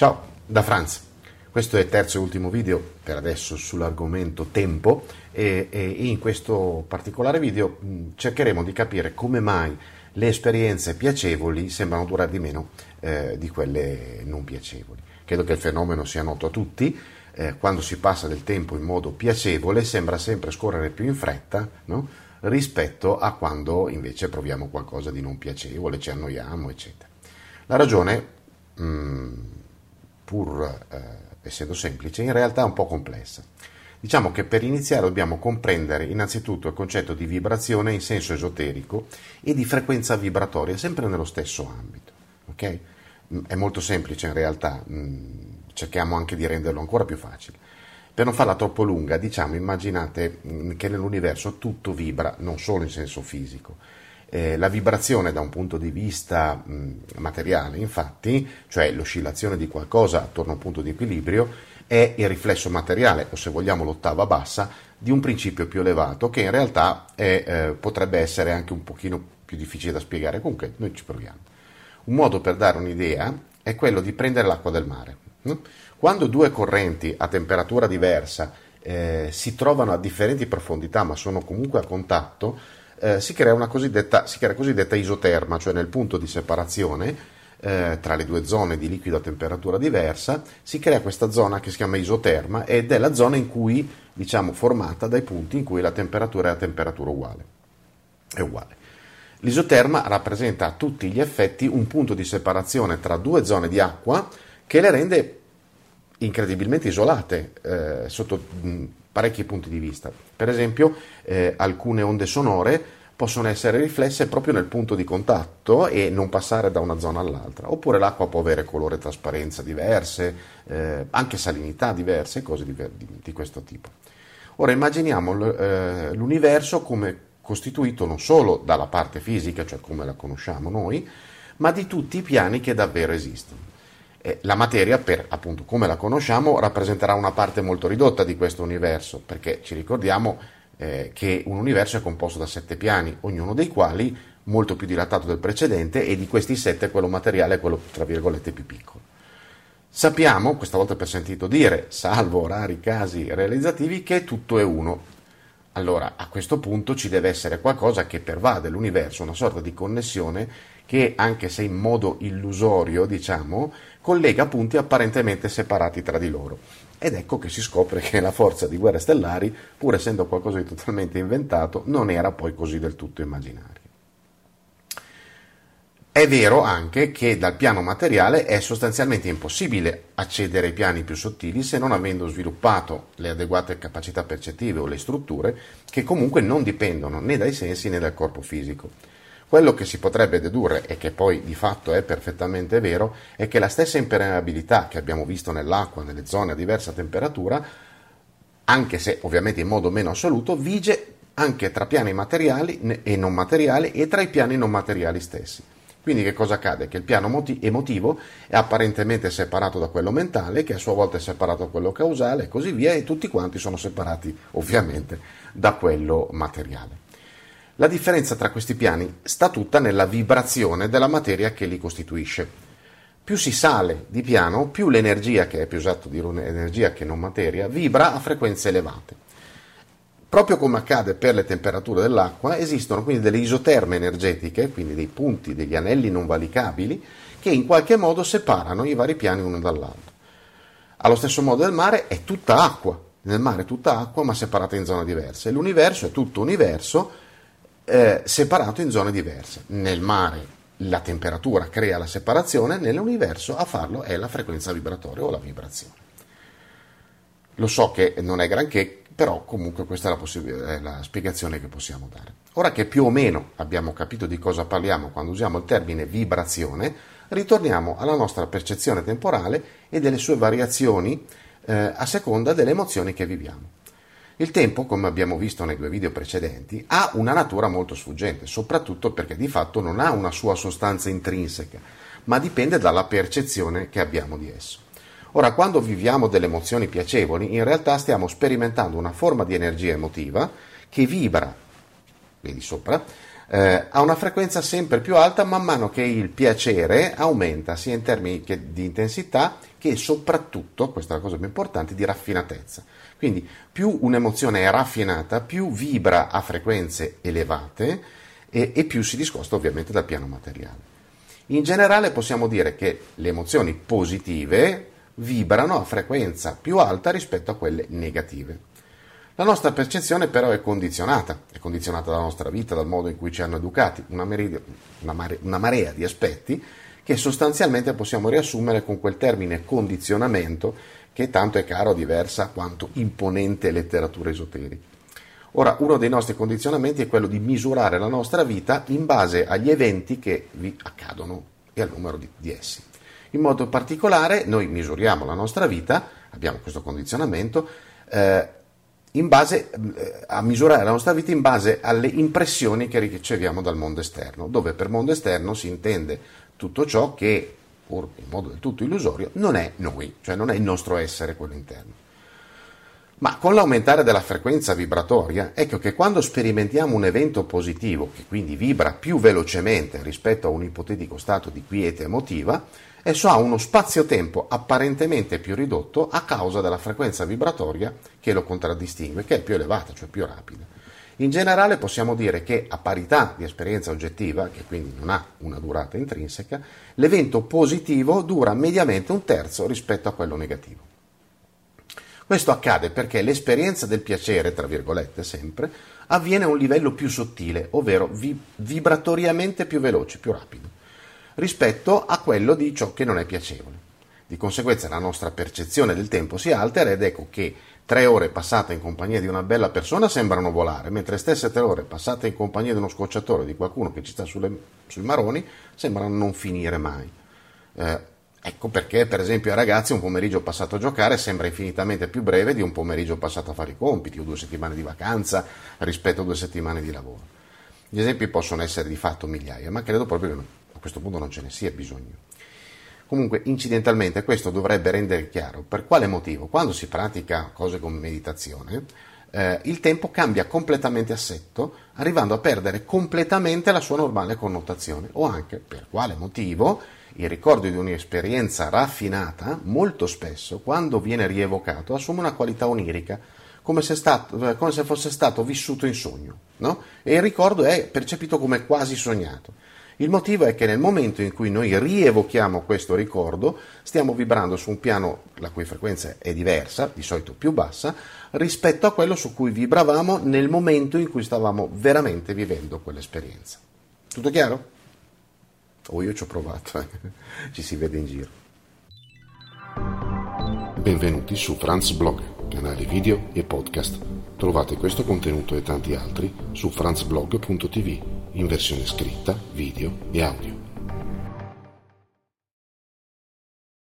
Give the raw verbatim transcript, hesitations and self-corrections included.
Ciao, da Franz. Questo è il terzo e ultimo video per adesso sull'argomento tempo e, e in questo particolare video mh, cercheremo di capire come mai le esperienze piacevoli sembrano durare di meno eh, di quelle non piacevoli. Credo che il fenomeno sia noto a tutti. Eh, quando si passa del tempo in modo piacevole sembra sempre scorrere più in fretta, no? Rispetto a quando invece proviamo qualcosa di non piacevole, ci annoiamo, eccetera. La ragione, mh, pur eh, essendo semplice, in realtà è un po' complessa. Diciamo che per iniziare dobbiamo comprendere innanzitutto il concetto di vibrazione in senso esoterico e di frequenza vibratoria, sempre nello stesso ambito. Okay? È molto semplice in realtà, mh, cerchiamo anche di renderlo ancora più facile. Per non farla troppo lunga, diciamo, immaginate mh, che nell'universo tutto vibra, non solo in senso fisico. Eh, la vibrazione da un punto di vista mh, materiale, infatti, cioè l'oscillazione di qualcosa attorno a un punto di equilibrio, è il riflesso materiale, o se vogliamo l'ottava bassa, di un principio più elevato, che in realtà è, eh, potrebbe essere anche un pochino più difficile da spiegare. Comunque noi ci proviamo. Un modo per dare un'idea è quello di prendere l'acqua del mare. Quando due correnti a temperatura diversa eh, si trovano a differenti profondità ma sono comunque a contatto, eh, si crea una cosiddetta, si crea cosiddetta isoterma, cioè nel punto di separazione eh, tra le due zone di liquido a temperatura diversa si crea questa zona che si chiama isoterma ed è la zona in cui, diciamo, formata dai punti in cui la temperatura è a temperatura uguale. È uguale. L'isoterma rappresenta a tutti gli effetti un punto di separazione tra due zone di acqua che le rende incredibilmente isolate eh, sotto mh, parecchi punti di vista. Per esempio, eh, alcune onde sonore possono essere riflesse proprio nel punto di contatto e non passare da una zona all'altra. Oppure l'acqua può avere colore e trasparenza diverse, eh, anche salinità diverse, cose di, di, di questo tipo. Ora immaginiamo l, eh, l'universo come costituito non solo dalla parte fisica, cioè come la conosciamo noi, ma di tutti i piani che davvero esistono. Eh, la materia, per appunto come la conosciamo, rappresenterà una parte molto ridotta di questo universo, perché ci ricordiamo eh, che un universo è composto da sette piani, ognuno dei quali molto più dilatato del precedente, e di questi sette quello materiale è quello tra virgolette più piccolo. Sappiamo, questa volta per sentito dire, salvo rari casi realizzativi, che tutto è uno. Allora, a questo punto ci deve essere qualcosa che pervade l'universo, una sorta di connessione che, anche se in modo illusorio, diciamo, collega punti apparentemente separati tra di loro. Ed ecco che si scopre che la forza di Guerre Stellari, pur essendo qualcosa di totalmente inventato, non era poi così del tutto immaginario. È vero anche che dal piano materiale è sostanzialmente impossibile accedere ai piani più sottili se non avendo sviluppato le adeguate capacità percettive o le strutture che comunque non dipendono né dai sensi né dal corpo fisico. Quello che si potrebbe dedurre, e che poi di fatto è perfettamente vero, è che la stessa impermeabilità che abbiamo visto nell'acqua, nelle zone a diversa temperatura, anche se ovviamente in modo meno assoluto, vige anche tra piani materiali e non materiali e tra i piani non materiali stessi. Quindi che cosa accade? Che il piano emotivo è apparentemente separato da quello mentale, che a sua volta è separato da quello causale e così via, e tutti quanti sono separati ovviamente da quello materiale. La differenza tra questi piani sta tutta nella vibrazione della materia che li costituisce. Più si sale di piano, più l'energia, che è più esatto dire un'energia che non materia, vibra a frequenze elevate. Proprio come accade per le temperature dell'acqua, esistono quindi delle isoterme energetiche, quindi dei punti, degli anelli non valicabili, che in qualche modo separano i vari piani uno dall'altro. Allo stesso modo il mare è tutta acqua, nel mare è tutta acqua ma separata in zone diverse. L'universo è tutto universo eh, separato in zone diverse. Nel mare la temperatura crea la separazione, nell'universo a farlo è la frequenza vibratoria o la vibrazione. Lo so che non è granché, però comunque questa è la, possib- è la spiegazione che possiamo dare. Ora che più o meno abbiamo capito di cosa parliamo quando usiamo il termine vibrazione, ritorniamo alla nostra percezione temporale e delle sue variazioni eh, a seconda delle emozioni che viviamo. Il tempo, come abbiamo visto nei due video precedenti, ha una natura molto sfuggente, soprattutto perché di fatto non ha una sua sostanza intrinseca, ma dipende dalla percezione che abbiamo di esso. Ora, quando viviamo delle emozioni piacevoli, in realtà stiamo sperimentando una forma di energia emotiva che vibra, vedi sopra, eh, a una frequenza sempre più alta man mano che il piacere aumenta, sia in termini che di intensità che soprattutto, questa è la cosa più importante, di raffinatezza. Quindi più un'emozione è raffinata, più vibra a frequenze elevate e, e più si discosta ovviamente dal piano materiale. In generale possiamo dire che le emozioni positive vibrano a frequenza più alta rispetto a quelle negative. La nostra percezione però è condizionata, è condizionata dalla nostra vita, dal modo in cui ci hanno educati, una, marea, una, marea, una marea di aspetti che sostanzialmente possiamo riassumere con quel termine condizionamento che tanto è caro a diversa quanto imponente letteratura esoterica. Ora, uno dei nostri condizionamenti è quello di misurare la nostra vita in base agli eventi che vi accadono e al numero di, di essi. In modo particolare noi misuriamo la nostra vita, abbiamo questo condizionamento, eh, in base eh, a misurare la nostra vita in base alle impressioni che riceviamo dal mondo esterno, dove per mondo esterno si intende tutto ciò che, pur in modo del tutto illusorio, non è noi, cioè non è il nostro essere quello interno. Ma con l'aumentare della frequenza vibratoria, ecco che quando sperimentiamo un evento positivo, che quindi vibra più velocemente rispetto a un ipotetico stato di quiete emotiva, esso ha uno spazio-tempo apparentemente più ridotto a causa della frequenza vibratoria che lo contraddistingue, che è più elevata, cioè più rapida. In generale possiamo dire che a parità di esperienza oggettiva, che quindi non ha una durata intrinseca, l'evento positivo dura mediamente un terzo rispetto a quello negativo. Questo accade perché l'esperienza del piacere, tra virgolette sempre, avviene a un livello più sottile, ovvero vi- vibratoriamente più veloce, più rapido, rispetto a quello di ciò che non è piacevole. Di conseguenza la nostra percezione del tempo si altera ed ecco che tre ore passate in compagnia di una bella persona sembrano volare, mentre le stesse tre ore passate in compagnia di uno scocciatore, di qualcuno che ci sta sulle, sui maroni, sembrano non finire mai. Eh, ecco perché, per esempio, ai ragazzi un pomeriggio passato a giocare sembra infinitamente più breve di un pomeriggio passato a fare i compiti o due settimane di vacanza rispetto a due settimane di lavoro. Gli esempi possono essere di fatto migliaia, ma credo proprio che a questo punto non ce ne sia bisogno. Comunque, incidentalmente, questo dovrebbe rendere chiaro per quale motivo, quando si pratica cose come meditazione, eh, il tempo cambia completamente assetto, arrivando a perdere completamente la sua normale connotazione, o anche per quale motivo il ricordo di un'esperienza raffinata, molto spesso, quando viene rievocato, assume una qualità onirica, come se, stato, come se fosse stato vissuto in sogno, no? E il ricordo è percepito come quasi sognato. Il motivo è che nel momento in cui noi rievochiamo questo ricordo, stiamo vibrando su un piano la cui frequenza è diversa, di solito più bassa, rispetto a quello su cui vibravamo nel momento in cui stavamo veramente vivendo quell'esperienza. Tutto chiaro? O io ci ho provato, eh. Ci si vede in giro. Benvenuti su Franz Blog, canale video e podcast. Trovate questo contenuto e tanti altri su franzblog punto tv in versione scritta, video e audio.